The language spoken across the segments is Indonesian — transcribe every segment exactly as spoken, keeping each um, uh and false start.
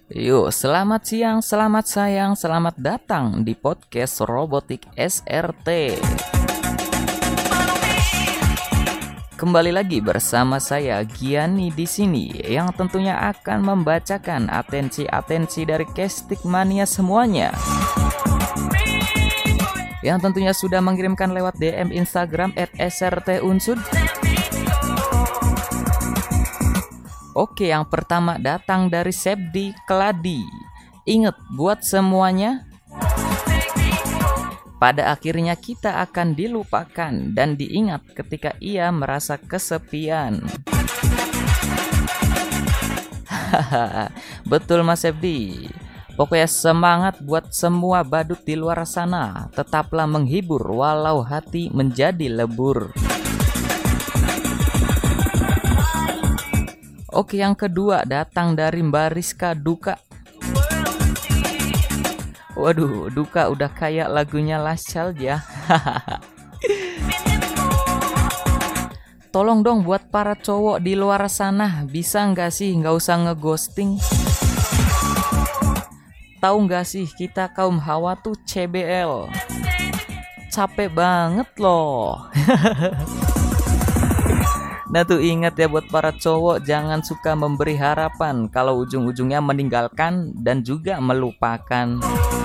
Yuk, selamat siang, selamat sayang, selamat datang di podcast Robotik S R T. Kembali lagi bersama saya Giani di sini yang tentunya akan membacakan atensi-atensi dari Castik Mania semuanya. Yang tentunya sudah mengirimkan lewat D M Instagram at S R T unsud. Oke, yang pertama datang dari Sepdi Keladi. Ingat, buat semuanya, pada akhirnya kita akan dilupakan dan diingat ketika ia merasa kesepian. Hahaha, betul Mas Sepdi. Pokoknya semangat buat semua badut di luar sana. Tetaplah menghibur walau hati menjadi lebur. Oke, yang kedua datang dari Mbak Rizka Duka. Waduh, Duka udah kayak lagunya Lascal ya. Tolong dong buat para cowok di luar sana, bisa nggak sih nggak usah ngeghosting? Tahu nggak sih kita kaum hawa tuh C B L. Capek banget loh. Nah tuh ingat ya buat para cowok, jangan suka memberi harapan kalau ujung-ujungnya meninggalkan dan juga melupakan.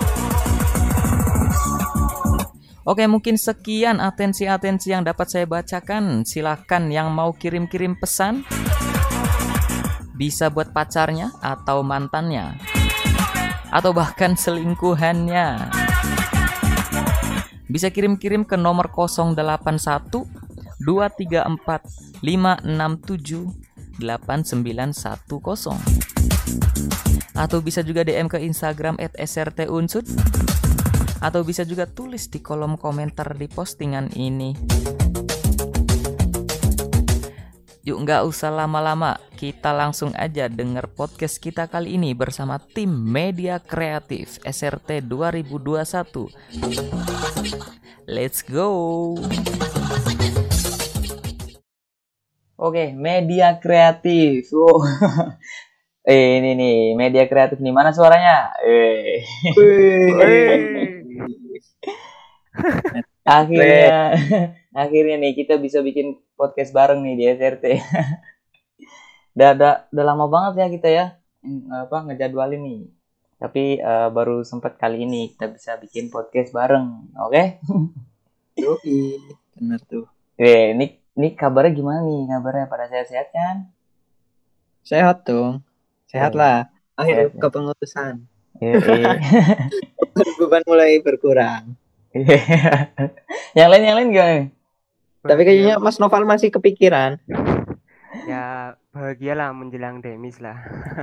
Oke, mungkin sekian atensi-atensi yang dapat saya bacakan. Silahkan yang mau kirim-kirim pesan, bisa buat pacarnya atau mantannya, atau bahkan selingkuhannya. Bisa kirim-kirim ke nomor nol delapan satu dua tiga empat lima enam tujuh delapan sembilan satu nol, atau bisa juga D M ke Instagram at S R T unsud, atau bisa juga tulis di kolom komentar di postingan ini. Yuk, nggak usah lama-lama, kita langsung aja denger podcast kita kali ini bersama tim Media Kreatif S R T dua ribu dua puluh satu. Let's go. Oke, Media Kreatif. Wow. Eh, ini nih, Media Kreatif nih. Mana suaranya? Eh. akhirnya, akhirnya nih kita bisa bikin podcast bareng nih di S R T. udah, udah, udah lama banget ya kita ya, apa ngejadwalin nih. Tapi uh, baru sempat kali ini kita bisa bikin podcast bareng, oke? Okay? Yoi, bener tuh. Eh, ini Ini kabarnya gimana nih? Kabarnya pada sehat-sehat kan? Sehat dong. Sehat lah. Akhir sehat, kepengurusan. Beban mulai berkurang. yang lain yang lain gimana nih? Tapi kayaknya Mas Noval masih kepikiran. Ya bahagialah menjelang demis lah.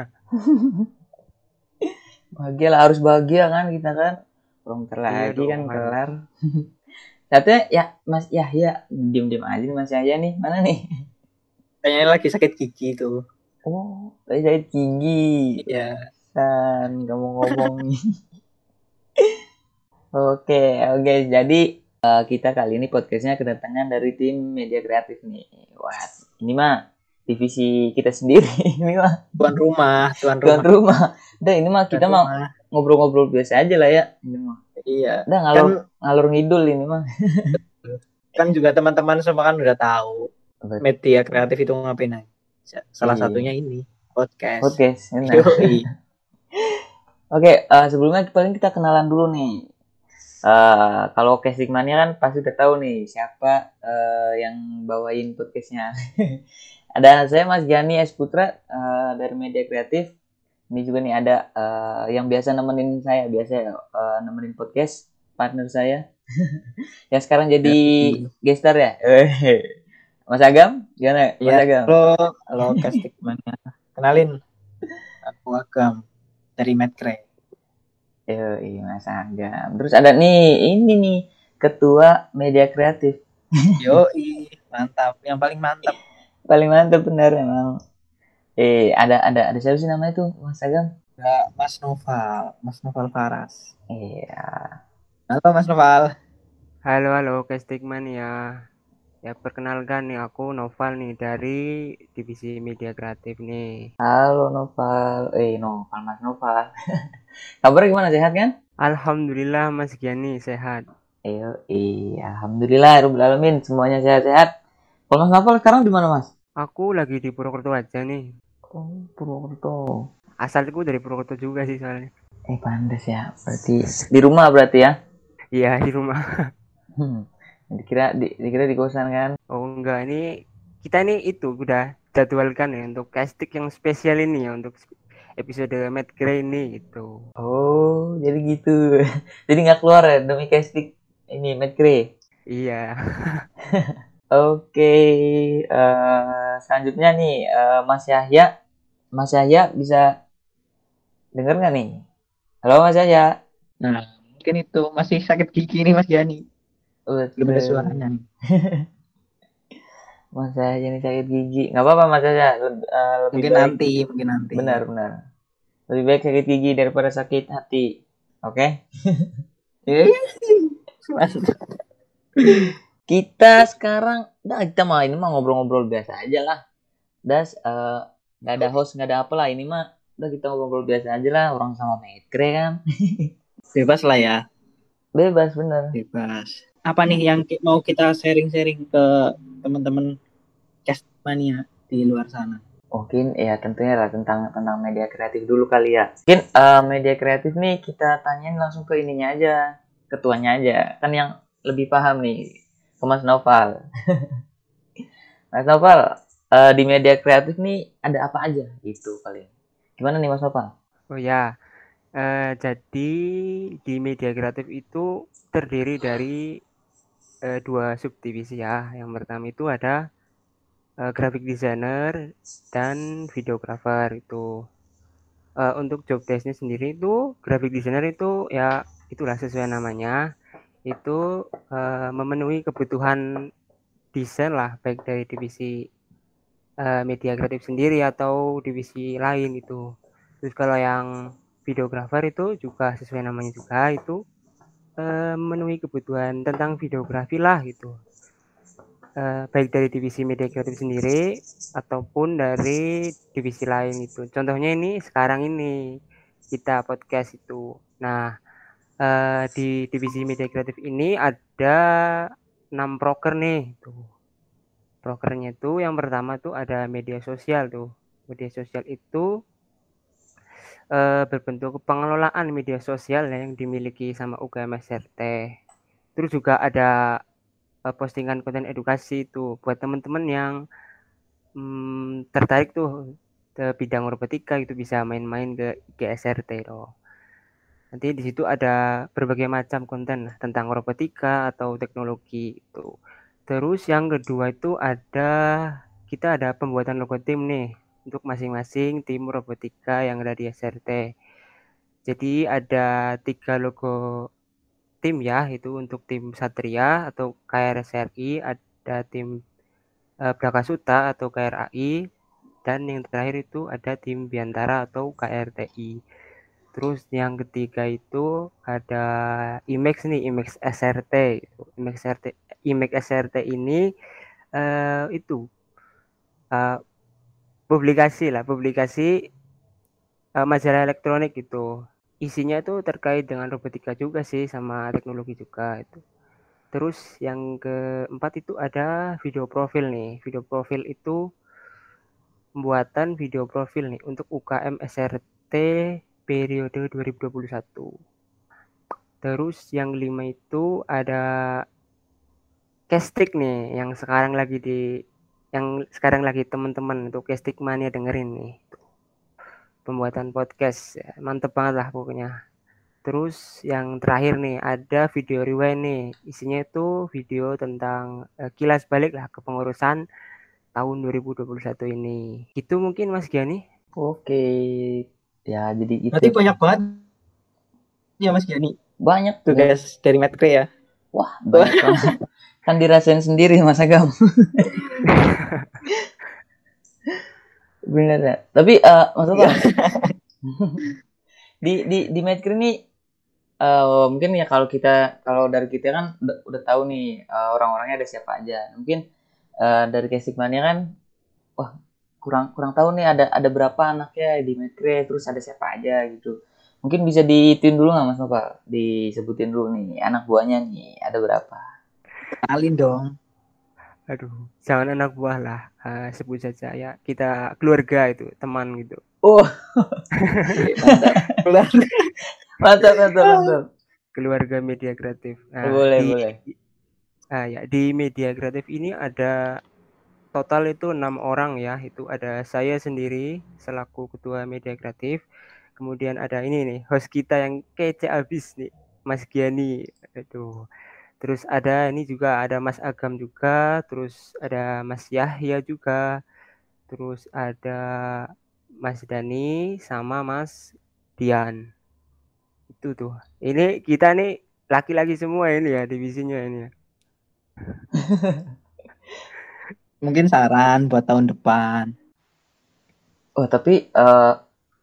Bahagialah, harus bahagia kan kita kan. Belum terlagi iya kan kelar. Katanya ya Mas Yahya, diem-diem aja nih Mas Yahya nih, mana nih? Kayaknya lagi sakit gigi tuh. Oh, lagi sakit gigi. Iya. Kan kamu ngomong nih. Oke, oke. Jadi uh, kita kali ini podcastnya kedatangan dari tim Media Kreatif nih. Wah, ini mah divisi kita sendiri. Ini mah tuan rumah, tuan rumah. Tuan rumah. Udah ini mah kita mah ngobrol-ngobrol biasa aja lah ya. Ini mah. Iya. Udah ngalur kan, ngalur ngidul ini mah. Kan juga teman-teman semua kan udah tahu. Betul. Media Kreatif itu ngapain aja. Salah iya. satunya ini podcast. Podcast. Oke, uh, sebelumnya paling kita kenalan dulu nih. Uh, kalau Castik Mania kan pasti udah tahu nih siapa uh, yang bawain podcastnya. Ada saya Mas Giani S Putra uh, dari Media Kreatif. Ini juga nih ada uh, yang biasa nemenin saya, biasa uh, nemenin podcast, partner saya. Yang sekarang jadi gestar ya. Mas Agam, gimana? Mas ya, Agam. Halo, halo Castik Mania. Kenalin, aku Agam dari Medcre. Yoi, Mas Agam. Terus ada nih, ini nih Ketua Media Kreatif. Yoi, mantap. Yang paling mantap. Paling mantap benar emang. Eh, ada ada ada siapa sih namanya tuh, Mas Agam? Ya, Mas Noval, Mas Noval Faras. Iya. Halo Mas Noval. Halo halo Castik Mania. Ya, perkenalkan nih aku Noval nih dari Divisi Media Kreatif nih. Halo Noval, eh Noval, Mas Noval. Kabar gimana, sehat kan? Alhamdulillah Mas Giani sehat. Iya, iya, alhamdulillah, Rabbil alamin, semuanya sehat-sehat. Kalau Mas Noval sekarang di mana, Mas? Aku lagi di Purwokerto aja nih. Oh, Purwokerto. Asalku dari Purwokerto juga sih soalnya. Eh, pandes ya. Berarti di rumah berarti ya? Iya, di rumah. Hmm. Dikira di, dikira di kosan kan? Oh enggak, ini kita ini itu udah jadwalkan ya untuk casting yang spesial ini ya untuk episode Matt Gray ini gitu. Oh, jadi gitu. Jadi nggak keluar ya demi casting ini Matt Gray. Iya. Oke, eh, selanjutnya nih eh, Mas Yahya, Mas Yahya bisa denger nggak nih? Halo Mas Yahya. Nah, mungkin itu masih sakit gigi nih Mas Jani. Belum ada Betul. suaranya nih. Mas Yahya ini sakit gigi. Nggak apa-apa Mas Yahya. Lebih, eh, lebih Mungkin baik. nanti, mungkin nanti. Benar-benar. Lebih baik sakit gigi daripada sakit hati. Oke? Eh, mantap. Kita sekarang, nah kita mah ini mah ngobrol-ngobrol biasa aja lah. Das, eh, nggak ada host, nggak ada apa lah. Ini mah udah kita ngobrol-ngobrol biasa aja lah. Orang sama Mekre kan. Bebas lah ya, Bebas bener. bebas. Apa nih yang ki- mau kita sharing-sharing ke teman-teman cast mania di luar sana? Mungkin ya tentunya lah tentang tentang media kreatif dulu kali ya. Mungkin eh, media kreatif nih kita tanyain langsung ke ininya aja, ketuanya aja. Kan yang lebih paham nih, ke Mas Noval. Mas Noval, eh, di media kreatif nih ada apa aja gitu kali. Gimana nih Mas Noval? Oh ya, eh, jadi di media kreatif itu terdiri dari eh, dua subdivisi ya. Yang pertama itu ada eh, graphic designer dan videographer itu. Eh, untuk job desk-nya sendiri itu graphic designer itu ya itulah sesuai namanya itu eh, memenuhi kebutuhan desain lah baik dari divisi eh, media kreatif sendiri atau divisi lain itu. Terus kalau yang videographer itu juga sesuai namanya juga itu eh, memenuhi kebutuhan tentang videografi lah gitu. Eh, baik dari divisi media kreatif sendiri ataupun dari divisi lain itu. Contohnya ini sekarang ini kita podcast itu. Nah, eh, di divisi media kreatif ini ada enam proker nih tuh. Prokernya itu yang pertama tuh ada media sosial tuh. Media sosial itu eh, berbentuk pengelolaan media sosial yang dimiliki sama U K M S R T. Terus juga ada eh, postingan konten edukasi itu buat teman-teman yang hmm, tertarik tuh ke bidang robotika itu bisa main-main ke I G S R T loh. Nanti di situ ada berbagai macam konten tentang robotika atau teknologi itu. Terus yang kedua itu ada kita ada pembuatan logo tim nih untuk masing-masing tim robotika yang ada di S R T. Jadi ada tiga logo tim ya, itu untuk tim Satria atau K R S R I, ada tim eh, Prakasuta atau K R A I, dan yang terakhir itu ada tim Biantara atau K R T I. Terus yang ketiga itu ada IMAX nih, IMAX S R T. IMAX S R T, IMAX S R T ini eh, itu eh, publikasi lah, publikasi eh, majalah elektronik itu. Isinya itu terkait dengan robotika juga sih sama teknologi juga itu. Terus yang keempat itu ada video profil nih. Video profil itu pembuatan video profil nih untuk U K M S R T periode dua ribu dua puluh satu. Terus yang kelima itu ada Castik nih yang sekarang lagi di yang sekarang lagi teman-teman untuk Castik mania dengerin nih. Pembuatan podcast ya, mantep banget lah pokoknya. Terus yang terakhir nih ada video rewind nih. Isinya itu video tentang eh, kilas balik lah kepengurusan tahun dua ribu dua puluh satu ini. Itu mungkin Mas Giani. Oke, ya jadi itu Berarti banyak banget ya Mas Jani. banyak tuh. Tugas dari Matkre ya. Wah, banyak banget. Kan dirasain sendiri Mas Agam. Bener ya. Tapi eh Mas Agam, di di di Medcre ini uh, mungkin ya kalau kita kalau dari kita kan udah, udah tahu nih uh, orang-orangnya ada siapa aja. Mungkin uh, dari Kesikmania kan, wah kurang kurang tahu nih ada ada berapa anaknya di Medcre, terus ada siapa aja gitu. Mungkin bisa diituin dulu nggak Mas Nopal? Disebutin dulu nih anak buahnya nih ada berapa? Kenalin dong. Aduh, jangan anak buah lah, uh, sebut saja ya kita keluarga itu, teman gitu. Oh, Mantap. mantap, mantap, mantap. Keluarga Media Kreatif. Nah, boleh, di, boleh. Ah ya, di Media Kreatif ini ada total itu enam orang ya. Itu ada saya sendiri selaku ketua Media Kreatif. Kemudian ada ini nih, host kita yang kece abis nih, Mas Giani. Aduh. Terus ada ini juga ada Mas Agam juga, terus ada Mas Yahya juga. Terus ada Mas Dani sama Mas Dian. Itu tuh. Ini kita nih laki-laki semua ini ya divisinya ini ya. Mungkin saran buat tahun depan. Oh tapi uh,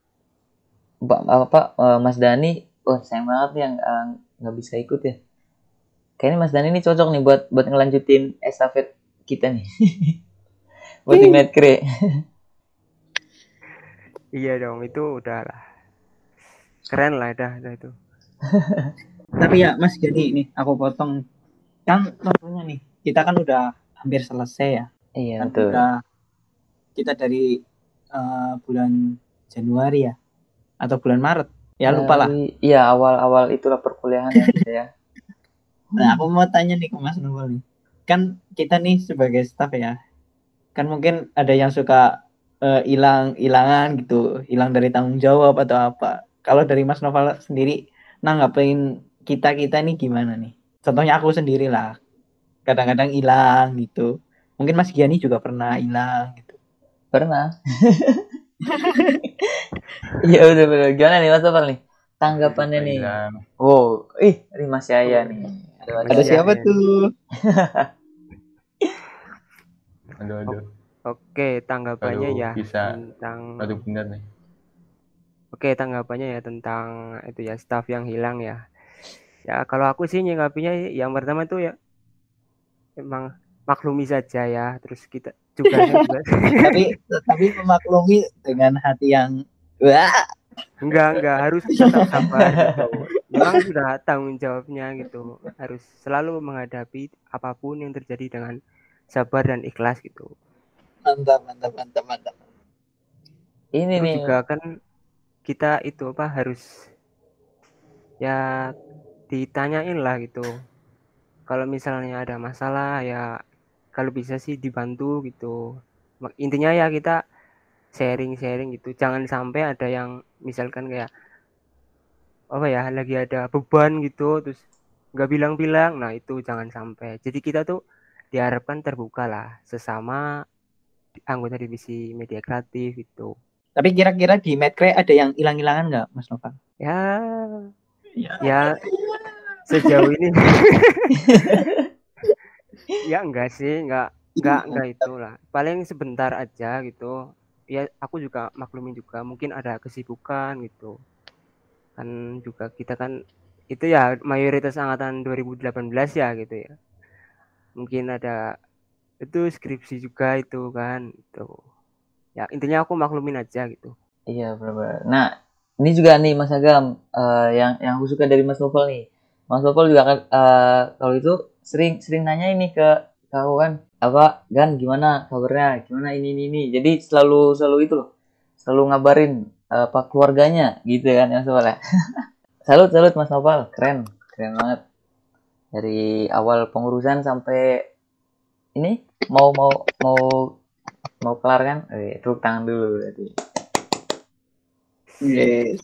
apa uh, Mas Dani, oh sayang banget nih yang nggak uh, bisa ikut ya. Kayaknya Mas Dani ini cocok nih buat buat ngelanjutin estafet kita nih. Buat di Medcre. Iya dong, itu udah lah. Keren lah dah, dah itu. Tapi ya Mas, jadi nih aku potong. Kan tentunya nih, kita kan udah hampir selesai ya. Iya, kan betul. Udah, kita dari uh, bulan Januari ya. Atau bulan Maret. Ya lupa lah. Iya, awal-awal itulah perkuliahan ya kita ya. Nah, aku mau tanya nih ke Mas Nubal nih. Kan kita nih sebagai staff ya. Kan mungkin ada yang suka hilang-hilangan uh, gitu, hilang dari tanggung jawab atau apa. Kalau dari Mas Noval sendiri nanggapin kita-kita nih gimana nih? Contohnya aku sendiri lah, kadang-kadang hilang gitu. Mungkin Mas Giani juga pernah hilang gitu. Pernah. Iya benar-benar. Gimana nih Mas Noval nih? Tanggapannya nih. Oh, ih, ini Mas Yaya nih. Ada, ada siapa tuh? Aduh, aduh. Oke, tanggapannya Aduh, ya bisa. tentang Aduh benar nih. Oke, tanggapannya ya tentang itu ya staff yang hilang ya. Ya kalau aku sih nyikapinya yang pertama tuh ya emang maklumi saja ya. Terus kita juga juga tapi tapi memaklumi dengan hati yang wah. Enggak, enggak harus tetap sabar gitu. Memang sudah tanggung jawabnya gitu. Harus selalu menghadapi apapun yang terjadi dengan sabar dan ikhlas gitu. Mantap, mantap, mantap, mantap. Ini Terus nih juga kan kita itu apa harus ya ditanyain lah gitu. Kalau misalnya ada masalah ya kalau bisa sih dibantu gitu. Intinya ya kita sharing-sharing gitu. Jangan sampai ada yang misalkan kayak apa ya lagi ada beban gitu terus nggak bilang-bilang. Nah itu jangan sampai. Jadi kita tuh diharapkan terbuka lah sesama anggota divisi media kreatif itu. Tapi kira-kira di Medcre ada yang hilang-hilangan nggak, Mas Nova? Ya, ya, ya sejauh ini ya enggak sih, enggak, enggak, enggak itulah. Paling sebentar aja gitu. Ya aku juga maklumin juga. Mungkin ada kesibukan gitu. Kan juga kita kan itu ya mayoritas angkatan dua ribu delapan belas ya gitu ya. Mungkin ada itu skripsi juga itu kan itu. Ya intinya aku maklumin aja gitu. Iya benar-benar. Nah ini juga nih Mas Agam uh, yang yang aku suka dari Mas Novel nih. Mas Novel juga kan uh, kalau itu sering sering nanya ini ke kau kan apa Gan gimana kabarnya gimana ini ini ini. Jadi selalu selalu itu loh selalu ngabarin uh, apa keluarganya gitu kan Mas Novel ya. Salut salut Mas Novel keren keren banget dari awal pengurusan sampai ini mau mau mau mau kelar kan, eh, tepuk tangan dulu berarti. Yes.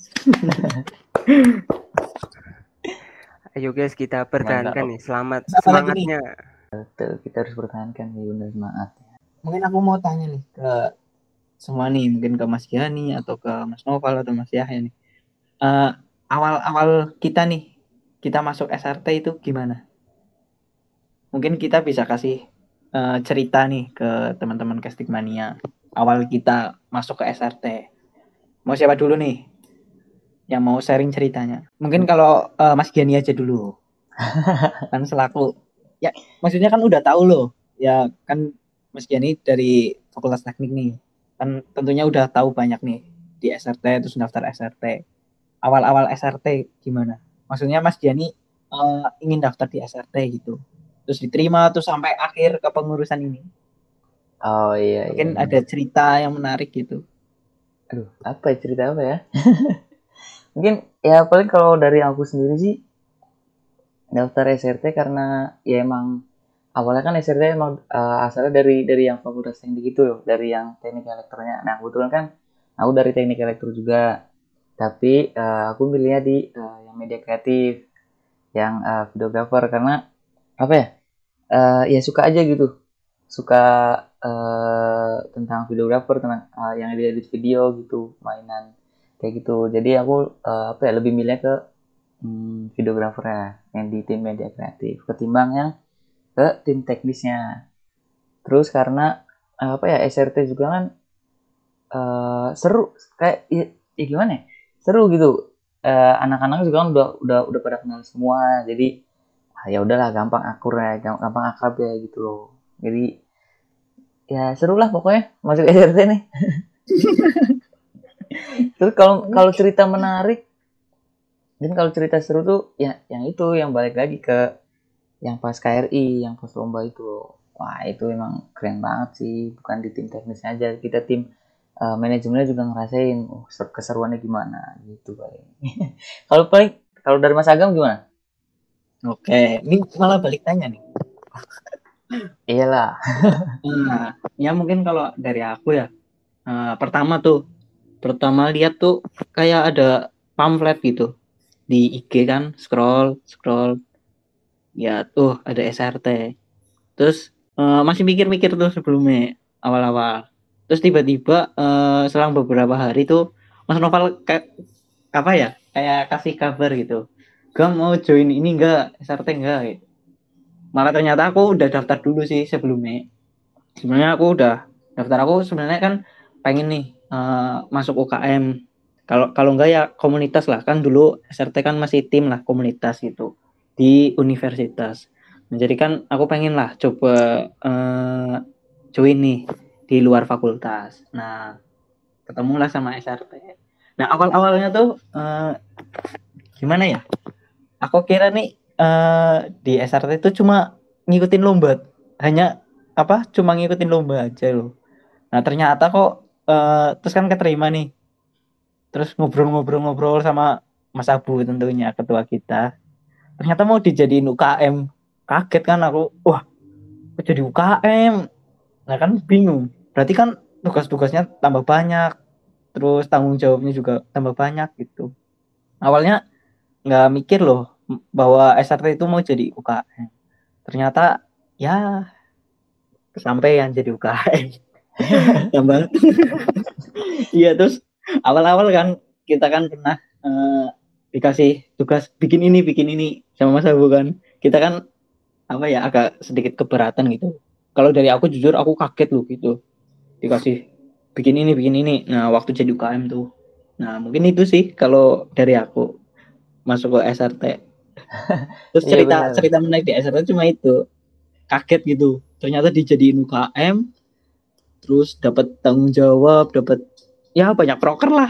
Ayo guys kita pertahankan nih selamat Apa semangatnya. Betul, kita harus pertahankan nih benar semangat. Mungkin aku mau tanya nih ke semua nih, mungkin ke Mas Giani atau ke Mas Noval atau Mas Yahya nih. Uh, awal-awal kita nih, kita masuk S R T itu gimana? Mungkin kita bisa kasih uh, cerita nih ke teman-teman Kestikmania. Awal kita masuk ke S R T. Mau siapa dulu nih? yang mau sharing ceritanya. Mungkin kalau uh, Mas Giani aja dulu. Kan selaku ya maksudnya kan udah tahu loh. Ya kan Mas Giani dari Fakultas Teknik nih. Kan tentunya udah tahu banyak nih di S R T terus daftar S R T. Awal-awal S R T gimana? Maksudnya Mas Giani uh, ingin daftar di S R T gitu. Terus diterima terus sampai akhir kepengurusan ini. Oh iya. Mungkin iya. ada cerita yang menarik gitu. Aduh, apa ya cerita apa ya? Mungkin ya paling kalau dari aku sendiri sih daftar S R T karena ya emang awalnya kan S R T emang uh, asalnya dari dari yang fakultas teknik itu loh, dari yang teknik elektronya. Nah kebetulan kan aku dari teknik elektro juga, tapi uh, aku milihnya di uh, yang media kreatif, yang uh, videographer karena apa ya? Uh, ya suka aja gitu, suka uh, tentang videographer, tentang uh, yang edit video gitu, mainan kayak gitu. Jadi aku uh, apa ya lebih milih ke hmm, videographer ya, yang di tim media kreatif ketimbang yang ke tim teknisnya. Terus karena uh, apa ya S R T juga kan uh, seru kayak ya, ya gimana ya? Seru gitu. Uh, anak-anak juga kan udah udah udah pada kenal semua. Jadi ah, ya udahlah gampang akur ya, gampang akrab ya gitu loh. Jadi ya seru lah pokoknya masuk S R T nih. Terus kalau kalau cerita menarik, dan kalau cerita seru tuh ya yang itu yang balik lagi ke yang pas K R I, yang pas lomba itu loh. Wah itu emang keren banget sih, bukan di tim teknisnya aja, kita tim uh, manajemennya juga ngerasain oh, keseruannya gimana gitu paling. Kalau paling kalau dari Mas Agam gimana? Oke, ini malah balik tanya nih. Iyalah. Nah, ya mungkin kalau dari aku ya, uh, pertama tuh, pertama lihat tuh kayak ada pamflet gitu di I G kan, scroll, scroll, ya tuh ada S R T. Terus uh, masih mikir-mikir tuh sebelumnya awal-awal. Terus tiba-tiba uh, selang beberapa hari tuh Mas Noval kayak apa ya, kayak kasih kabar gitu. Gak mau join ini enggak, S R T enggak gitu. Malah ternyata aku udah daftar dulu sih sebelumnya. Sebenarnya aku udah daftar, aku sebenarnya kan pengen nih uh, masuk U K M. Kalau kalau enggak ya komunitas lah, kan dulu S R T kan masih tim lah, komunitas gitu di universitas. Nah, jadi kan aku pengen lah coba uh, join nih di luar fakultas. Nah ketemulah sama S R T. Nah awal-awalnya tuh uh, gimana ya? Aku kira nih uh, di S R T itu cuma ngikutin lomba, hanya apa? Cuma ngikutin lomba aja loh. Nah ternyata kok uh, terus kan keterima nih. Terus ngobrol-ngobrol-ngobrol sama Mas Abu tentunya ketua kita. Ternyata mau dijadiin U K M. Kaget kan aku. Wah, kok jadi U K M? Nah kan bingung. Berarti kan tugas-tugasnya tambah banyak. Terus tanggung jawabnya juga tambah banyak gitu. Awalnya nggak mikir loh bahwa S R T itu mau jadi U K M. Ternyata ya kesampaian jadi U K M. Tambah. Iya terus awal-awal kan kita kan pernah uh, dikasih tugas bikin ini bikin ini sama Mas Abu kan. Kita kan apa ya agak sedikit keberatan gitu. Kalau dari aku jujur aku kaget loh gitu. Dikasih bikin ini bikin ini. Nah, waktu jadi U K M tuh. Nah, mungkin itu sih kalau dari aku masuk ke S R T. Terus cerita Iya, cerita menarik di S R T cuma itu. Kaget gitu. Ternyata dijadiin U K M terus dapat tanggung jawab, dapat ya banyak proker lah.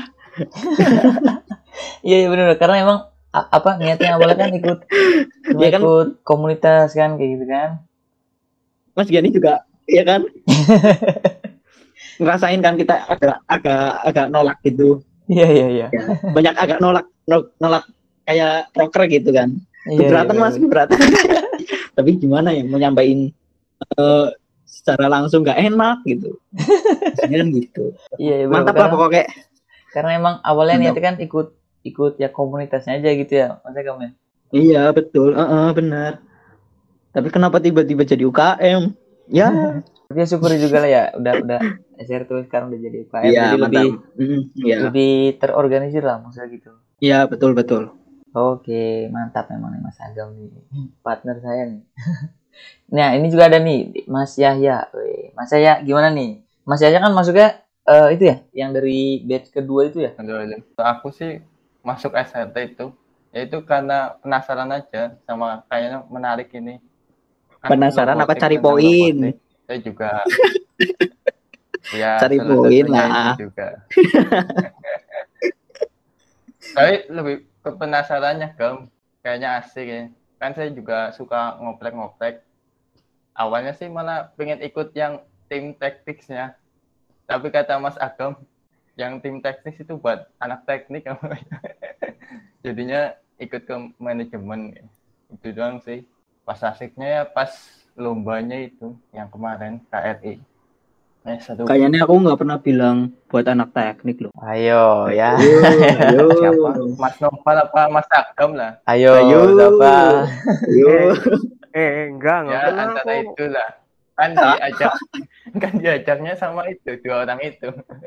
Iya, iya benar karena emang a- apa niatnya awalnya kan ikut cuma Ya kan ikut komunitas kan kayak gitu kan. Mas Giani juga ya kan ngerasain kan kita agak agak agak nolak gitu. Iya iya iya. Ya, banyak agak nolak nolak, nolak kayak proker gitu kan. Iya, Keberatan iya, Mas, keberatan. Tapi gimana ya mau nyampein uh, secara langsung nggak enak gitu. Maksudnya kan gitu. Iya, iya Mantap karena, lah pokoknya. karena emang awalnya Mantap. niatnya kan ikut ikut ya komunitasnya aja gitu ya, masa kamu ya. Iya betul, uh-uh, benar. Tapi kenapa tiba-tiba jadi U K M? Ya. Tapi ya syukur juga lah ya, udah udah S R T sekarang udah jadi U K M, Iya jadi mantap. lebih Mm, ya. lebih terorganisir lah maksudnya gitu. Iya betul betul. Oke, mantap memang nih Mas Agam nih, partner saya nih. Nah ini juga ada nih Mas Yahya. Wih, Mas Yahya gimana nih? Mas Yahya kan masuknya uh, itu ya, yang dari batch kedua itu ya? Ada aja. Aku sih masuk S R T itu, ya itu karena penasaran aja sama kayaknya menarik ini. Kan Penasaran apa robotik, cari tentang poin? robotik. Saya juga ya Cari salah poin satunya lah. itu juga. Tapi lebih ke penasarannya, Gam. Kayaknya asik ya. Kan saya juga suka ngoprek-ngoprek. Awalnya sih malah pengen ikut yang tim tekniknya. Tapi kata Mas Agam, yang tim teknis itu buat anak teknik. Jadinya ikut ke manajemen. Itu doang sih. Pas asiknya ya pas lombanya itu yang kemarin K R I. Eh, satu. Kayaknya aku nggak pernah bilang buat anak teknik loh. Ayo ya. Ayo, ayo. Siapa? Mas Noval apa Mas Agam lah? Ayo, Ayo. siapa? Ayo. Eh, eh enggak, enggak Ya pernah antara kok. itulah. Kan diajak kan diajaknya sama itu dua orang itu.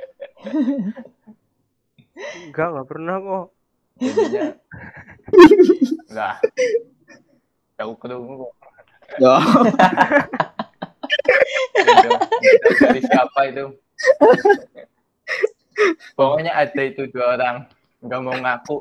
Enggak, enggak pernah kok. Jadinya lah. Tahu kerungu kok. Yo. Itu, itu dari siapa itu? Pokoknya ada itu dua orang nggak mau ngaku.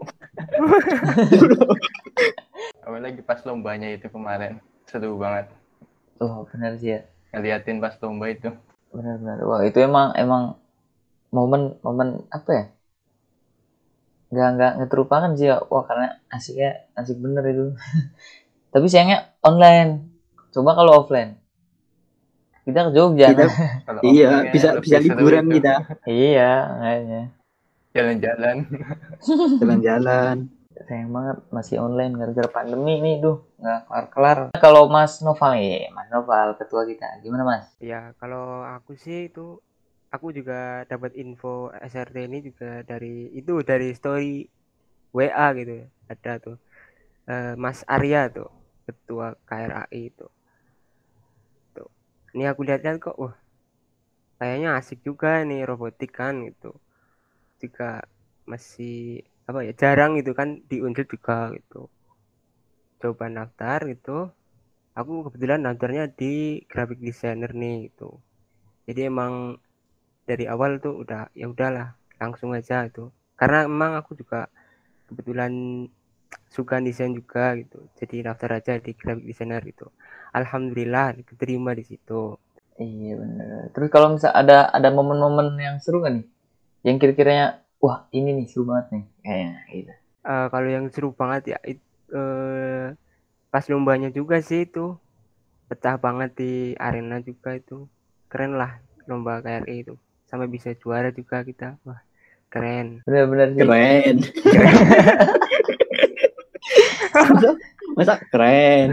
Apalagi pas lombanya itu kemarin seru banget Oh, benar sih ya. ngeliatin pas lomba itu. Benar-benar. Wah, itu emang emang momen-momen apa ya? Nggak nggak nggak terlupakan sih ya. Wah, karena asiknya asik bener itu. Tapi sayangnya online. Coba kalau offline. Kita ke Jogja. Kita- Kalau Iya, offline bisa lebih bisa seru liburan itu. kita. Iya, kayaknya. Jalan-jalan. Jalan-jalan. Sayang banget masih online gara-gara pandemi nih, duh, nggak kelar-kelar. Kalau Mas Noval nih, Mas Noval ketua kita, gimana Mas? Ya, kalau aku sih itu aku juga dapat info S R T ini juga dari itu dari story W A gitu. Ada tuh eh, Mas Arya tuh, ketua K R A I itu. Tuh. Ini aku lihat-lihat kok, wah, kayaknya asik juga nih robotik kan gitu. Juga masih apa ya jarang gitu kan diunjuk juga gitu. Coba daftar gitu. Aku kebetulan daftarnya di graphic designer nih gitu. Jadi emang dari awal tuh udah ya udahlah langsung aja itu. Karena emang aku juga kebetulan suka desain juga gitu. Jadi daftar aja di graphic designer gitu. Alhamdulillah keterima di situ. Iya bener. Terus kalau misal ada ada momen-momen yang seru kan nih? Yang kira-kiranya, wah ini nih seru banget nih, kayaknya gitu. Uh, kalau yang seru banget ya it, uh, pas lombanya juga sih itu pecah banget di arena juga itu keren lah lomba K R I itu sampai bisa juara juga kita, wah keren. Bener-bener sih. Keren. masa, masa keren.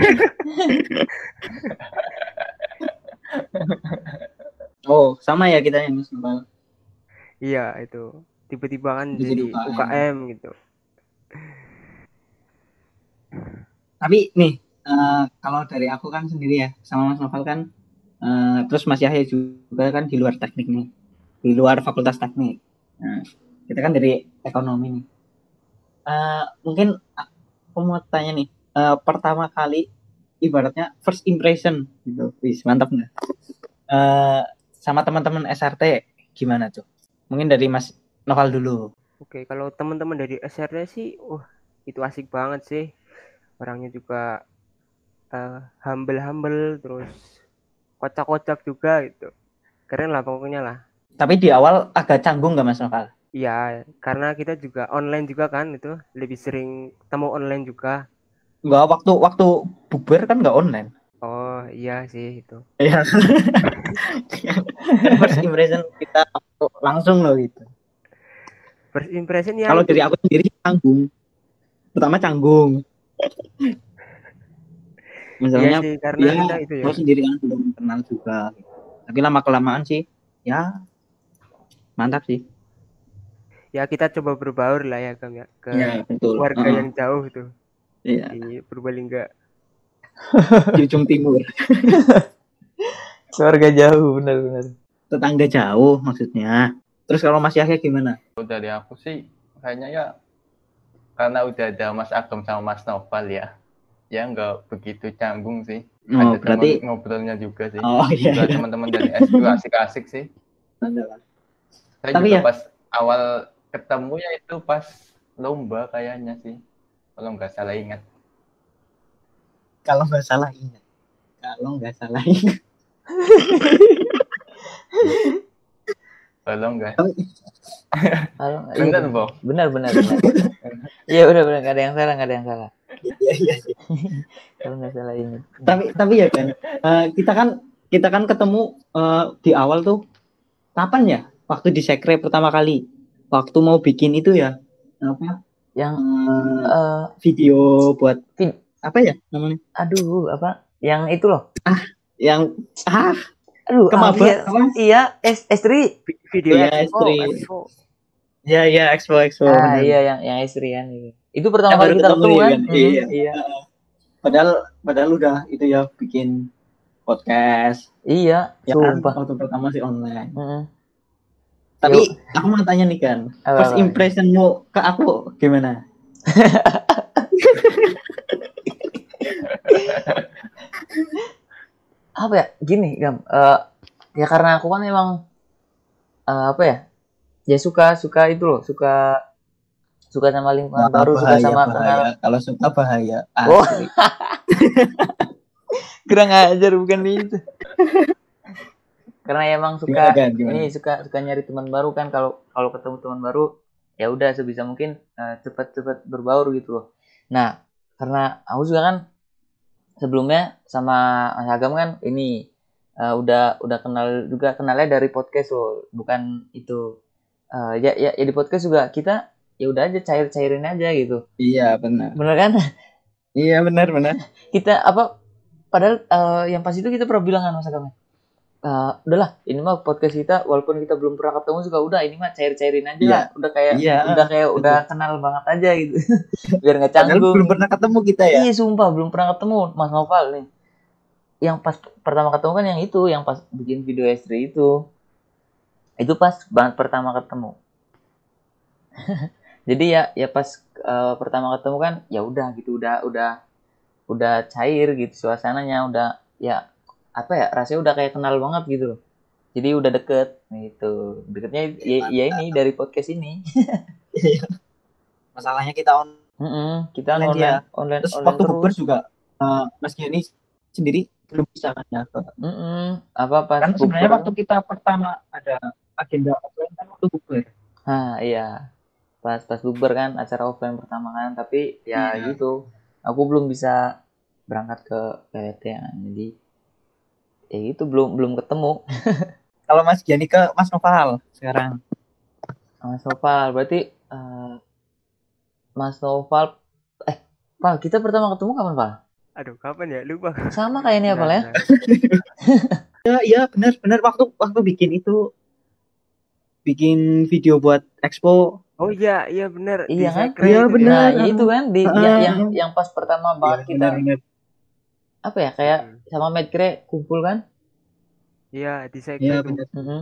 Oh, sama ya kita yang Mas Noval. Iya itu tiba-tiba kan Bisa jadi di U K M. U K M gitu. Tapi nih, uh, kalau dari aku kan sendiri ya, sama Mas Noval kan, uh, terus Mas Yahya juga kan di luar teknik nih, di luar fakultas teknik. Nah, kita kan dari ekonomi nih. Uh, mungkin aku mau tanya nih, uh, pertama kali ibaratnya first impression gitu, wis mantap nggak? Uh, sama teman-teman S R T gimana tuh? Mungkin dari Mas Noval dulu. Oke, kalau teman-teman dari S R T sih, wah itu asik banget sih. Orangnya juga uh, humble-humble, terus kocak-kocak juga gitu. Keren lah pokoknya lah. Tapi di awal agak canggung nggak Mas Noval? Iya, karena kita juga online juga kan itu lebih sering ketemu online juga. Nggak, waktu waktu bubar kan nggak online. Oh iya sih itu. Iya. First impression kita langsung loh gitu. First impression ya. Kalau itu. dari aku sendiri canggung. Pertama canggung. Misalnya Iya sih, karena ya, kita itu ya. aku sendiri kan belum kenal juga. Tapi lama kelamaan sih, ya mantap sih. Ya kita coba berbaur lah ya Kang ya ke Ya, betul. warga Uh-uh. yang jauh tuh Iya. di Purbalingga. Di ujung timur. Keluarga jauh, bener-bener. Tetangga jauh maksudnya. Terus kalau Mas Yahya gimana? Dari aku sih kayaknya ya karena udah ada Mas Agam sama Mas Noval ya, ya nggak begitu canggung sih. Oh, ada berarti teman ngobrolnya juga sih. Oh iya. Juga teman-teman dari S dua asik-asik sih. Mantap. Saya Tapi juga ya- pas awal ketemu ya itu pas lomba kayaknya sih. Kalau nggak salah ingat. Kalau nggak salah ingat. Kalau nggak salah ingat. Kalau nggak. Kalau Bener, iya, Bang. benar benar benar. Iya udah benar, nggak ada yang salah, nggak ada yang salah. Iya iya. Kalau nggak salah ingat. Tapi tapi ya kan, eh, kita kan kita kan ketemu eh, di awal tuh kapan ya? Waktu di sekre pertama kali. Waktu mau bikin itu ya. Apa? Yang Eh, eh video buat vid- apa ya namanya? aduh apa? Yang itu loh. Yang ah Aduh, Kemaba, ah, iya, apa? iya, S S3. Vi- Video Iya, Expo, istri. Expo. ya ya expo expo. Ah, benar. iya yang yang S tiga kan itu. Itu pertama Yang kali baru kita ketemu ketemu ya kan? kan? Mhm, Iya. iya. Padahal padahal udah itu ya bikin podcast. Iya, Ya kan sumpah. waktu pertama sih online. Mhm. Tapi Yuk. aku mau tanya nih kan, Apa, first apa? impressionmu ke aku gimana? Apa ya? Gini, Gam. Eh, ya karena aku kan emang eh, apa ya? Ya suka suka itu loh, suka suka sama lingkungan baru, suka bahaya, sama bahaya. kenal. Kalau suka bahaya. Oh. Asli. Kurang ajar bukan itu. Karena emang suka Gimana, Gan? Gimana? ini suka suka nyari teman baru kan, kalau kalau ketemu teman baru ya udah sebisa mungkin eh, cepat-cepat berbaur gitu loh. Nah, karena aku juga kan sebelumnya sama Mas Agam kan ini eh, udah udah kenal juga, kenalnya dari podcast loh, bukan itu. Eh, ya, ya ya di podcast juga kita ya udah aja cair-cairin aja gitu. Iya benar. Bener kan? Iya benar benar. Kita apa padahal eh, yang pas itu kita pernah bilang kan Mas Agam, eh, udahlah ini mah podcast kita walaupun kita belum pernah ketemu juga udah ini mah cair-cairin aja Iya. lah, udah kayak Iya. udah kayak betul. udah kenal banget aja gitu. Biar nggak Padahal canggung. belum pernah ketemu kita ya. Iya sumpah belum pernah ketemu Mas Noval nih. Yang pas pertama ketemu kan yang itu, yang pas bikin video S tiga itu. Itu pas banget pertama ketemu. Jadi ya ya pas eh, pertama ketemu kan ya udah gitu, udah udah udah cair gitu suasananya, udah ya apa ya, rasanya udah kayak kenal banget gitu loh. Jadi udah deket gitu. Deketnya ya, ya ini dari podcast ini. Masalahnya kita on. Mm-mm, kita Online online ya. online Terus online waktu bukber terus. juga eh, Mas Giani sendiri belum bisa kan ya. Mm-mm, apa pas Kan sebenarnya bukber. waktu kita pertama ada agenda offline kan waktu bukber. Ah iya, pas pas bukber kan acara offline pertama kan, tapi ya Iya. gitu, aku belum bisa berangkat ke P W T kan, jadi ya itu belum belum ketemu Kalau Mas Giani ke Mas Noval sekarang. sama Mas Noval. Berarti eh, Mas Noval, eh Val, kita pertama ketemu kapan Val? Aduh, kapan ya? Lupa. Sama kayaknya Val ya? Nah, nah. Ya, iya benar benar waktu waktu bikin itu bikin video buat expo. Oh iya, iya benar. Di Iya kan? Sekre Iya, itu ya. benar. Nah ya itu kan di Ah, ya- ah, yang ah. yang pas pertama banget Iya, kita benar-benar. apa ya, kayak Hmm. sama Medcre kumpul kan. Iya, di Sekre Iya itu. benar. Mhm.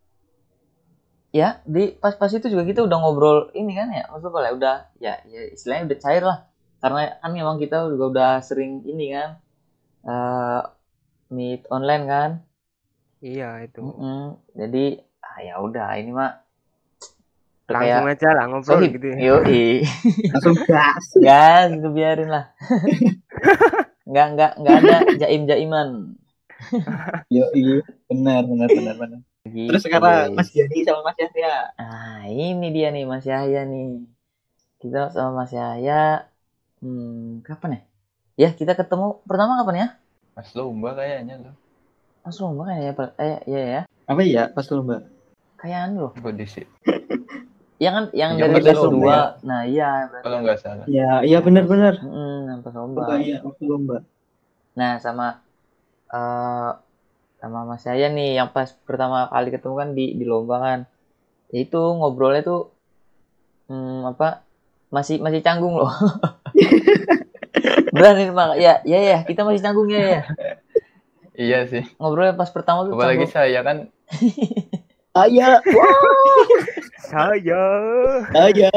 Ya di pas-pas itu juga kita udah ngobrol ini kan ya, maksudnya ya udah ya, ya istilahnya udah cair lah, karena kan memang kita juga udah sering ini kan eh meet online kan. Iya, itu. Mm-mm. Jadi ah, ya udah ini mah udah Langsung kayak aja lah ngobrol sohib. gitu ya. Yoi. Langsung gas. Gas itu biarin lah. nggak nggak nggak ada jaim-jaiman Yo, iya, benar benar benar benar. gitu. Terus sekarang guys. Mas Giani sama Mas Yahya. Ah, ini dia nih Mas Yahya nih. Kita sama Mas Yahya hmm, kapan ya? Ya, kita ketemu pertama kapan ya? Mas lomba kayaknya loh. Mas Lomba kayaknya ya, Pak. Eh, iya ya. Apa ya pas lomba? Kayaknya loh. Kondisi. Yang kan yang Yang dari pas kelas lomba dua. ya? Nah, iya berarti. Kalau nggak salah. Ya, iya benar benar. Heeh, yang pas lomba. Lomba iya waktu lomba. Nah, sama eh sama Mas Yahya nih yang pas pertama kali ketemu kan di di lomba kan. Ya itu ngobrolnya tuh hmm, apa? Masih masih canggung loh. Berani mak ya ya ya kita masih canggung ya ya. Iya sih. Ngobrolnya pas pertama tuh Apalagi canggung. saya kan Saya, Saya. saya.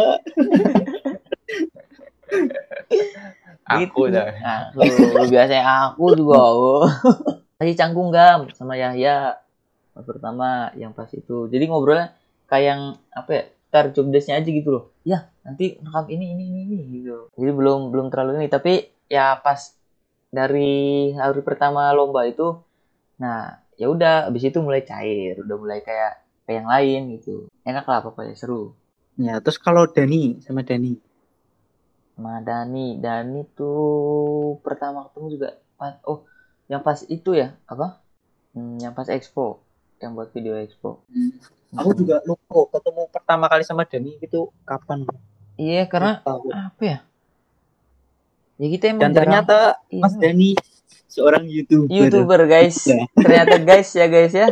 aku Gitu. dah. Aku biasanya aku juga. oh. Masih canggung gam sama Yahya pas pertama yang pas itu. Jadi ngobrolnya kayak yang apa ya? daftar job desk-nya aja gitu loh. Ya, nanti rekam ini ini ini, ini gitu. Jadi belum belum terlalu ini, tapi ya pas dari hari pertama lomba itu, nah ya udah abis itu mulai cair, udah mulai kayak kayak yang lain gitu. Enak lah pokoknya, seru. Ya, terus kalau Dani sama Dani. Sama Dani, Dani tuh pertama ketemu juga pas, oh yang pas itu ya apa? Hmm, yang pas expo, yang buat video expo. Aku juga lupa ketemu pertama kali sama Dani itu kapan. Iya karena Lupa. apa ya? Ya kita emang Dan jarang- ternyata Iya. Mas Dani seorang YouTuber. YouTuber guys. Ya. Ternyata guys ya guys ya.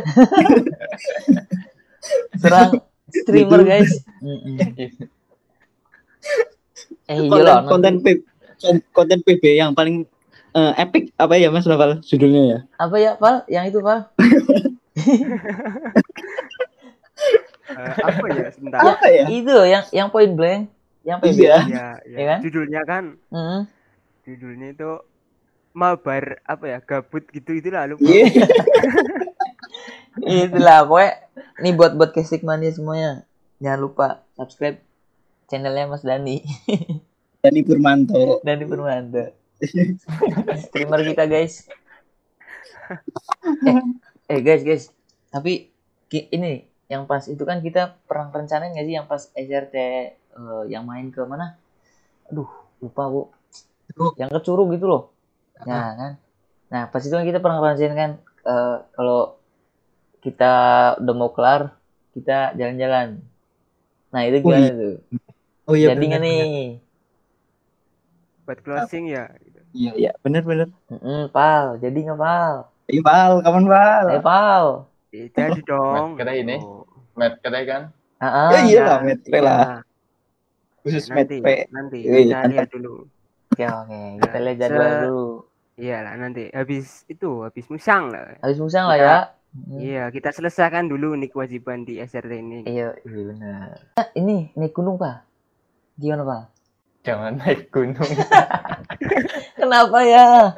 Serang streamer guys. Mm-mm. Eh iya lah. konten konten P, konten P B yang paling uh, epic apa ya Mas Novel judulnya ya? Apa ya Val? Yang itu Val? Eh, apa ya sebentar. Apa ya? Itu loh, yang yang point blank, yang P B. Iya. Ya, ya. Iya kan? Judulnya kan, Mm. judulnya itu mabar apa ya, gabut gitu itulah lupa. Iya. Itulah pokoknya nih buat buat Kesik Mania semuanya. Jangan lupa subscribe channelnya Mas Dani. Dani Purmanto. Dani Purwanto. Streamer kita guys. Eh, eh guys guys. Tapi ki- ini yang pas itu kan kita pernah rencanain nggak sih yang pas S R T eh, yang main ke mana? Aduh lupa bu. Yang ke Curug gitu loh. Nah kan. Nah pas itu kan kita pernah rencanain kan eh, kalau kita udah mau kelar kita jalan-jalan. Nah itu gimana tuh? Oh iya. Jadi nggak nih? Buat closing ya. Gitu. Iya iya benar benar. Mm-mm, Pal, jadi nggak Pal? Ayo Pal, kapan Pal? Eh Pal. Eh, jadi dong. Mas, kedai ini. Oh, Mat kedai kan? Ah, ah. Ya iya ya, lah, Met P lah. iya. Khusus Nanti, Met P. nanti Iya, kita mantap. lihat dulu. Oke oke, kita lihat Se- jadwal dulu. Iyalah nanti habis itu habis musang lah. Habis musang lah Kita- ya. Mm. Iya, kita selesaikan dulu nih kewajiban di S R T ini. Iya, iya benar. Ah, ini naik gunung Pak. Gimana Pak? Jangan naik gunung. Kenapa ya?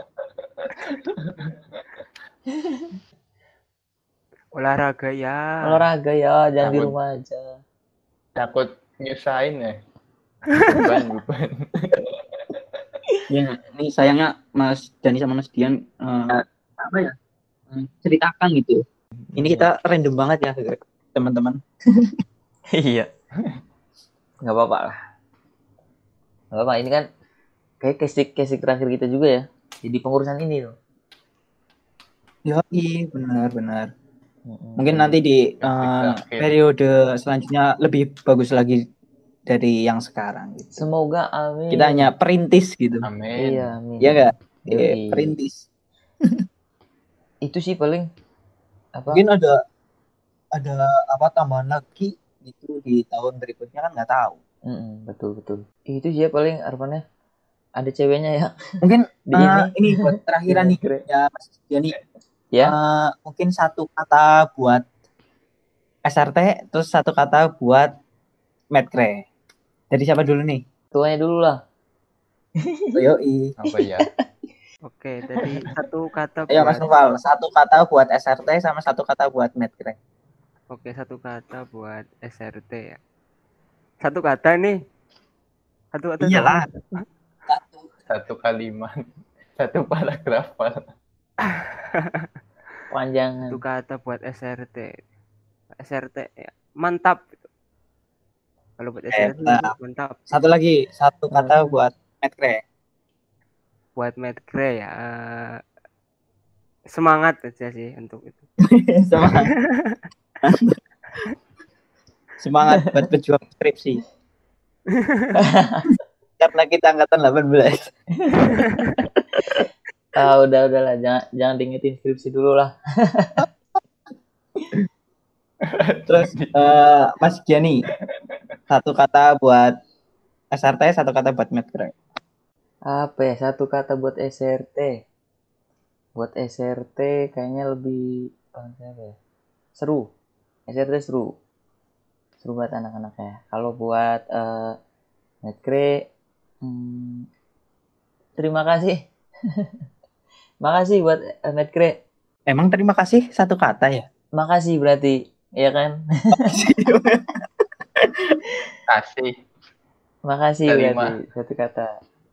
Olahraga ya. Olahraga ya, jangan di Takut. rumah aja. Takut nyusahin ya. Beban, beban. Ya, ini sayangnya Mas Dani sama Mas Dian eh, apa ya? eh, ceritakan gitu. Ini kita random banget ya, teman-teman. Iya. Nggak apa-apa lah. Nggak apa-apa, ini kan kayak kesik-kesik terakhir kita juga ya. Jadi pengurusan ini loh. Ya, iya, benar-benar. Mm-mm. Mungkin nanti di eh, Terakhir. periode selanjutnya lebih bagus lagi dari yang sekarang gitu. Semoga amin. Kita hanya perintis gitu. Amin. Iya, amin. Iya enggak? Yoi. Perintis. Itu sih paling apa? Mungkin ada ada apa tambahan lagi gitu di tahun berikutnya kan nggak tahu. Mm-mm, betul betul. Itu sih ya paling harapannya ada ceweknya ya Mungkin di eh, ini. ini buat terakhiran nih Keren. ya Mas Diani. Ya. Eh, mungkin satu kata buat S R T, terus satu kata buat Medcre. Dari siapa dulu nih? Tuanya dulu lah. Yoi. Apa ya? Oke, tadi satu kata Ayo Mas buat Noval, satu kata buat S R T sama satu kata buat Medcre. Oke, satu kata buat S R T ya. Satu kata nih. Satu kata. Iyalah. Satu kalimat. Satu paragraf. Panjangan. Satu kata buat S R T. S R T ya. Mantap. Kalau buat S R T Mantap. mantap. Satu lagi, satu kata buat Medcre. Buat Medcre ya. eh, semangat aja sih untuk itu. Semangat. Semangat buat berjuang skripsi. Karena kita angkatan delapan belas. Ah udah udahlah jangan jangan diingetin skripsi dulu lah. Terus eh, Mas Giani, satu kata buat S R T, satu kata buat Medcre. Apa ya satu kata buat S R T? Buat S R T kayaknya lebih apa ya? Seru. S R T seru. Seru buat anak-anak ya. Kalau buat uh, Medcre, hmm, terima kasih. Makasih buat uh, Medcre. Emang terima kasih satu kata ya? Makasih berarti, ya kan? Kasih. Makasih Terima. berarti satu kata.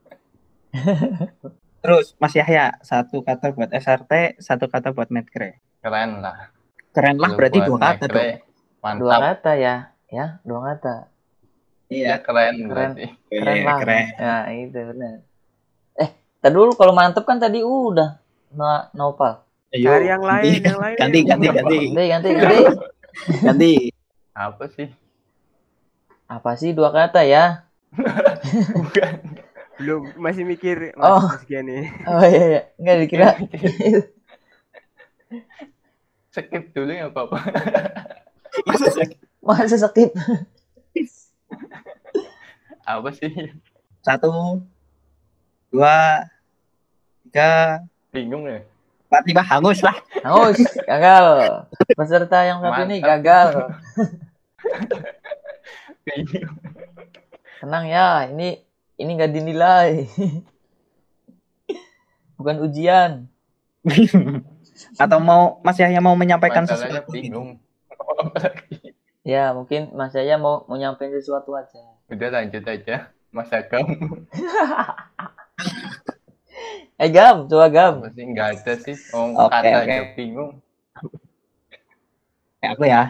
Terus Mas Yahya, satu kata buat S R T, satu kata buat Medcre. Keren lah. Keren lah, Kalau berarti buat dua kata Medcre, dong. Dua mantap. kata ya, ya dua kata. Ya keren, Keren, berarti. keren Iya, lah. keren. Ya itu benar. Eh, tadi dulu kalau mantep kan tadi udah no, nopal. Ayo, Cari yang ganti, lain, yang lain. ganti, ganti, ganti, Ganti, ganti, ganti. ganti. Apa sih? Apa sih dua kata ya? Bukan. Belum, masih mikir Mas, Oh. Mas Giani. Oh iya, iya. Nggak dikira. Skip dulu ya apa-apa. Masa skip? Apa sih? Satu, dua, tiga, Bingung ya? empat, lima, hangus lah. Hangus, gagal. Peserta yang satu ini Mantap. gagal. Bingung. Tenang ya, ini ini nggak dinilai. Bukan ujian. Atau mau Mas Yahya mau menyampaikan Masalahnya sesuatu? gitu? bingung. Apalagi. Ya, mungkin Mas Yaya mau mau nyampein sesuatu aja. Udah lanjut aja. Mas Agam. Eh, Gam, coba Gam. Apa sih? Nggak ada sih. Oh, Oke, kata oke. aja bingung. Kayak aku ya.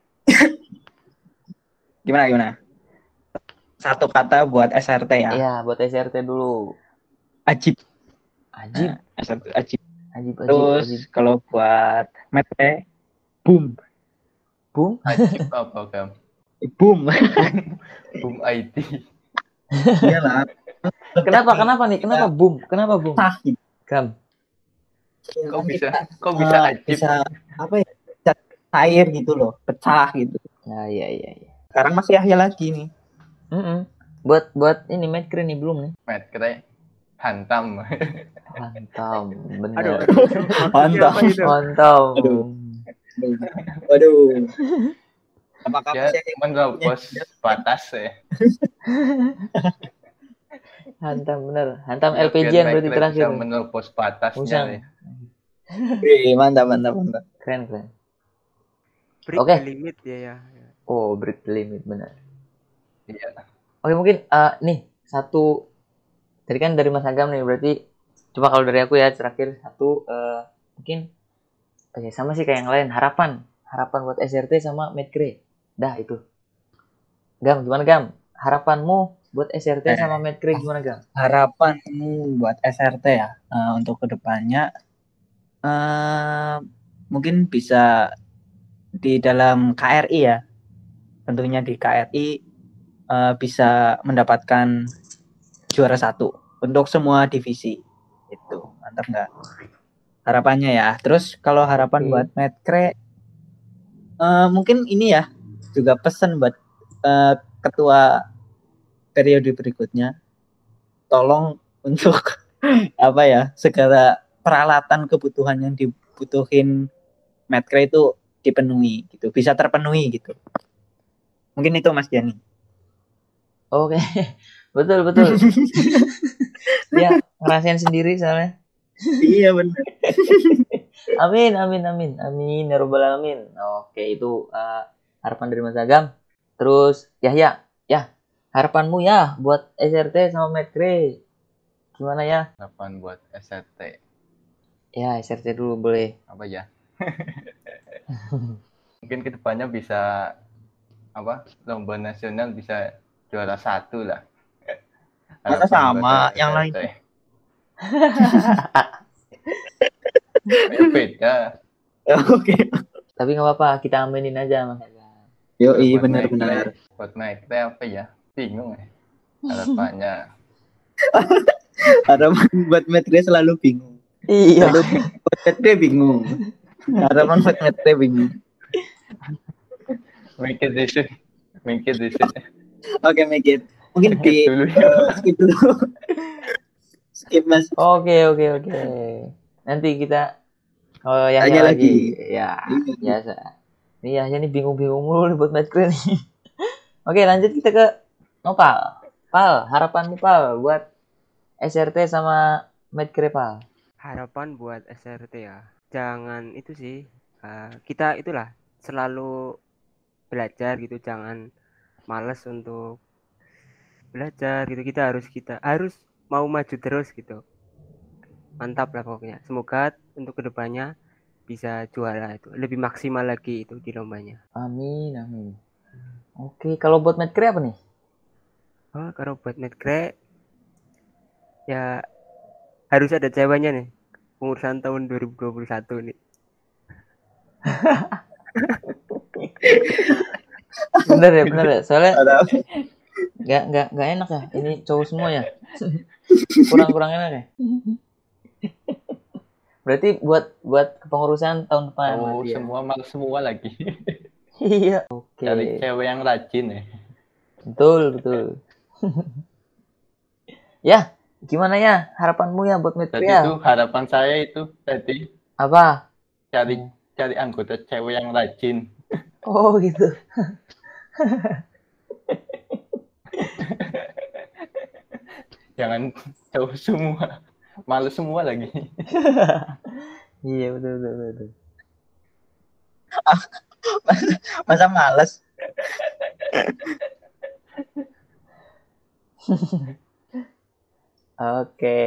Gimana, gimana? Satu kata buat S R T ya. Iya, buat S R T dulu. Ajib. Ajib, Nah, S R T ajib. ajib, ajib, Terus ajib. kalau buat Medcre, boom. Boom. Ajib apa, Gam? Boom. Boom I D. Iyalah. Kenapa? Kenapa nih? Kenapa boom? Kenapa boom? Pecah gitu. Gam. Kok bisa? Kok Eh, bisa ajib? bisa apa ya? Bisa cair gitu loh, pecah gitu. Nah, iya, iya, iya. Sekarang Mas Yahya lagi nih. Mm-mm. Buat buat ini Medcre nih belum nih. Medcre. Hantam. Hantam, Aduh, bener. aduh, aduh. Maksudnya Mantap. apa itu? Hantam. Aduh. Waduh. Apakah Ya, Mas Yahya menerobos batas ya. Hantam bener. Hantam Ya, L P G biar berarti Medcre terakhir. bisa menerobos batasnya. Musang. Ya. Wih, mantap, mantap, mantap. Keren, keren. Break Oke. the limit ya ya. Oh, break the limit bener. Iya. Oke, mungkin eh, nih satu tadi kan dari Mas Agam nih berarti coba kalau dari aku ya terakhir satu eh, mungkin oke sama sih kayak yang lain harapan harapan buat S R T sama Medcre. Dah itu. Gam gimana Gam? Harapanmu buat S R T Eh. sama Medcre gimana Gam? Harapanmu buat S R T ya, eh, untuk kedepannya eh mungkin bisa di dalam K R I ya, tentunya di K R I eh, bisa mendapatkan juara satu untuk semua divisi. Itu mantap nggak? Harapannya ya. Terus kalau harapan Oke. buat Medcre, eh, mungkin ini ya juga pesan buat eh, ketua periode berikutnya, tolong untuk apa ya segala peralatan kebutuhan yang dibutuhin Medcre itu dipenuhi gitu, bisa terpenuhi gitu. Mungkin itu Mas Jani. Oke. Betul, betul. Dia ngerasain sendiri soalnya. Iya benar. Amin, amin, amin, amin, ya robbal alamin. Oke, itu eh, harapan dari Mas Agam. Terus Yahya, ya harapanmu ya buat S R T sama Medcre gimana ya? Harapan buat S R T. Ya S R T dulu boleh. Apa ya? Mungkin kedepannya bisa apa? Lomba nasional bisa juara satu lah. Masa Harapan sama buat yang S R T. lain? Ya beda. Oke. Tapi nggak apa-apa, kita aminin aja Mas Agam. Yo, Kalau iya buat benar-benar. Medcre- Buat Medcre apa ya? Bingung ya. Harapannya. Harapan buat Medcre selalu bingung. Iya. Selalu buat Medcre bingung. Harapan buat Medcre bingung. Make it this. Make it this. Oke, make it. Mungkin di Dulu. skip dulu. Skip Mas. Oke, oke, oke. Nanti kita kalau Yahya Tanya lagi. lagi. Ya, biasa. Ini Yahya nih bingung-bingung mulu nih buat Medcre nih. Oke, lanjut kita ke Nopal. Pal, harapanmu Pal buat S R T sama Medcre Pal. Harapan buat S R T ya. Jangan itu sih. eh, kita itulah selalu belajar gitu, jangan malas untuk belajar gitu. Kita harus kita harus mau maju terus gitu. Mantap lah pokoknya. Semoga untuk kedepannya bisa juara itu lebih maksimal lagi itu di lombanya. Amin, amin. Oke, kalau buat Medcre apa nih? Oh, kalau buat Medcre ya harus ada ceweknya nih. Pengurusan tahun dua ribu dua puluh satu nih. Bener ya, bener ya. Soalnya Ada. nggak nggak nggak enak ya. Ini cowok semua ya. Kurang kurang enak ya. Berarti buat buat kepengurusan tahun depan Oh, berarti ya. semua malas semua lagi. Iya. Oke. Cari cewek yang rajin ya. Betul, betul. Ya, gimana ya harapanmu ya buat Medcre Tadi ya? itu harapan saya itu tadi Apa? cari cari anggota cewek yang rajin. Oh, gitu. Jangan cowok semua. Malas semua lagi. Iya, betul, betul, betul. Masa males? Oke.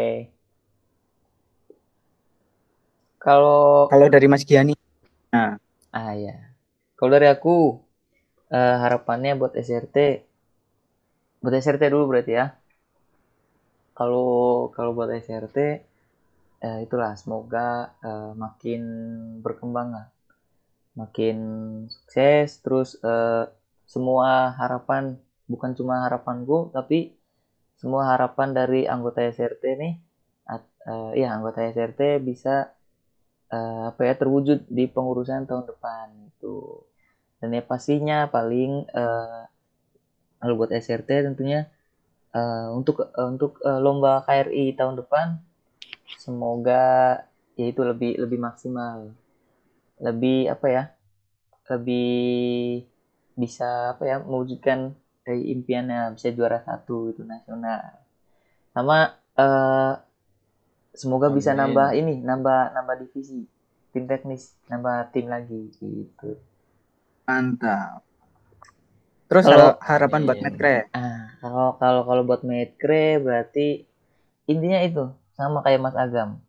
Kalau Kalau dari Mas Giani. Nah, ah ya. Kalau dari aku eh, harapannya buat S R T buat S R T dulu berarti ya. Kalau kalau buat S R T eh, itulah semoga eh, makin berkembang lah. Makin sukses terus eh, semua harapan bukan cuma harapanku tapi semua harapan dari anggota S R T nih at- eh, ya anggota S R T bisa eh, apa ya terwujud di pengurusan tahun depan itu. Dan ya pastinya paling eh, kalau buat S R T tentunya eh, untuk eh, untuk eh, lomba K R I tahun depan semoga yaitu lebih lebih maksimal, lebih apa ya, lebih bisa apa ya mewujudkan eh, impiannya bisa juara satu itu nasional. Sama eh, semoga bisa Amin. nambah ini, nambah nambah divisi, tim teknis, nambah tim lagi gitu. mantap. Terus Kalau- hara- harapan buat Amin. Medcre. Ah, kalau kalau kalau buat Medcre berarti intinya itu sama kayak Mas Agam.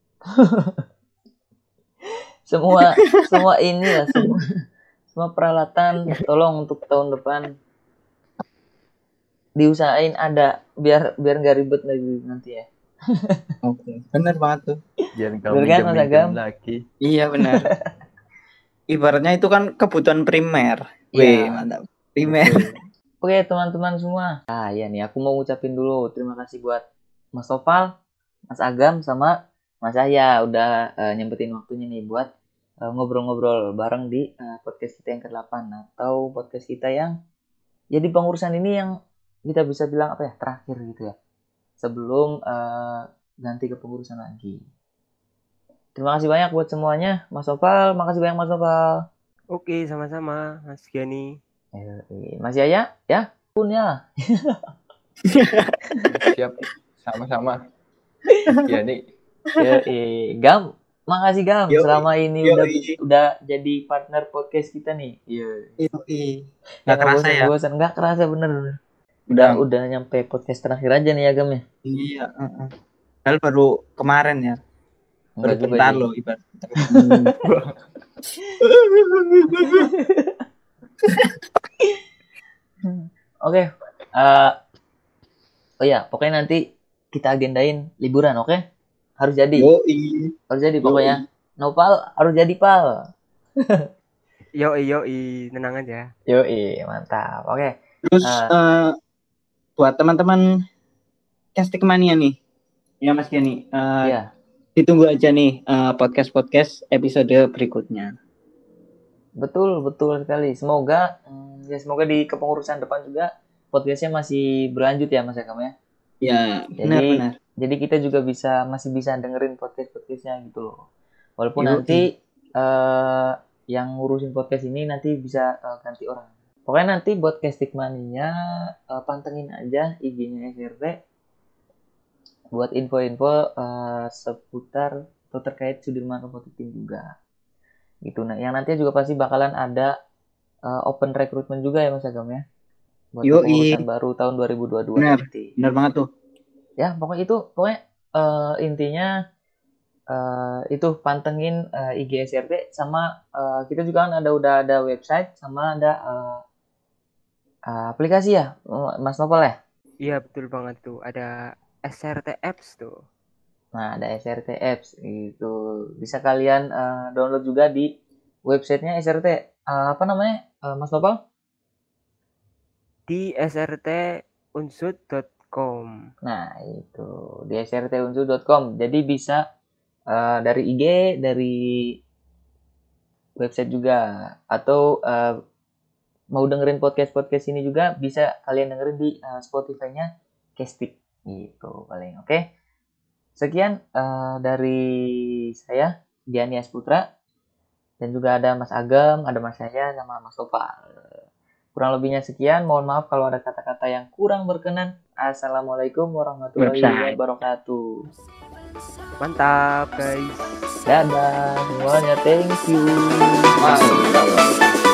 semua semua inilah semua semua peralatan tolong untuk tahun depan diusahain ada biar biar nggak ribet lagi nanti ya. Oke, benar banget tuh. Biar nggak Bener kan, Mas minjem-minjem Agam? lagi. Iya benar. Ibaratnya itu kan kebutuhan primer. Wih, Iya. mantap. Primer. Betul. Oke teman-teman semua. Ah ya nih aku mau ngucapin dulu terima kasih buat Mas Topal, Mas Agam sama Mas Yahya udah uh, nyempetin waktunya nih buat uh, ngobrol-ngobrol bareng di uh, podcast kita yang kedelapan atau podcast kita yang jadi pengurusan ini yang kita bisa bilang apa ya terakhir gitu ya sebelum uh, ganti ke pengurusan lagi. Terima kasih banyak buat semuanya Mas Topal, makasih banyak Mas Topal. Oke, sama-sama Mas Giani. Eh, Mas Yahya ya pun ya. Siap. Sama-sama. Ya nih. Ya, eh, Gam, makasih Gam. Yoi, Selama ini yoi. udah udah jadi partner podcast kita nih. Iya. Yoi. Nggak Nggak kerasa ya? bosan, nggak kerasa bener. Udah Gam. udah nyampe podcast terakhir aja nih ya Gam ya. Iya. Uh-uh. Padahal baru kemarin ya. Baru Enggak juga bentar sih. loh ibarat. Oke. Eh, oh ya, pokoknya nanti kita agendain liburan, oke? Harus jadi. Yoi. Harus jadi pokoknya. Nopal harus jadi pal. Yoi, yoi, tenang aja. Yoi, mantap. Oke. Terus Ah. eh, buat teman-teman Castik Mania nih, ya Mas Giani, eh, Iya. ditunggu aja nih eh, podcast-podcast episode berikutnya. Betul, betul sekali. Semoga hmm, ya semoga di kepengurusan depan juga podcastnya masih berlanjut ya Mas Akam ya. Ya, Jadi benar-benar. jadi kita juga bisa masih bisa dengerin podcast-podcastnya gitu loh. Walaupun Yoi. nanti eh, yang ngurusin podcast ini nanti bisa eh, ganti orang. Pokoknya nanti buat Castik Mania eh, pantengin aja I G-nya S R T buat info-info eh, seputar atau terkait Sudirman Robotik Team juga. Gitu. Nah, yang nantinya juga pasti bakalan ada uh, open recruitment juga ya Mas Agam ya. buat Yoi. kepengurusan baru tahun dua ribu dua puluh dua Benar. nanti. Bener banget tuh. Ya, pokoknya itu pokoknya eh, intinya eh, itu pantengin eh, I G S R T sama eh, kita juga kan ada udah ada website sama ada eh, eh, aplikasi ya, Mas Nopal ya. Iya betul banget tuh. Ada S R T Apps tuh. Nah, ada S R T Apps itu bisa kalian eh, download juga di websitenya S R T. Eh, apa namanya, eh, Mas Nopal? Di s r t unsud dot com. Nah, itu di s r t unsud dot com. Jadi bisa eh, dari I G, dari website juga, atau eh, mau dengerin podcast-podcast ini juga bisa kalian dengerin di uh, Spotify-nya Kestik gitu paling. Oke. Sekian uh, dari saya Giani Asputra dan juga ada Mas Agam, ada Mas Yahya sama Mas Topal. Kurang lebihnya sekian. Mohon maaf kalau ada kata-kata yang kurang berkenan. Assalamualaikum warahmatullahi Website. wabarakatuh. Mantap guys. Dadah semuanya. Thank you. Mantap.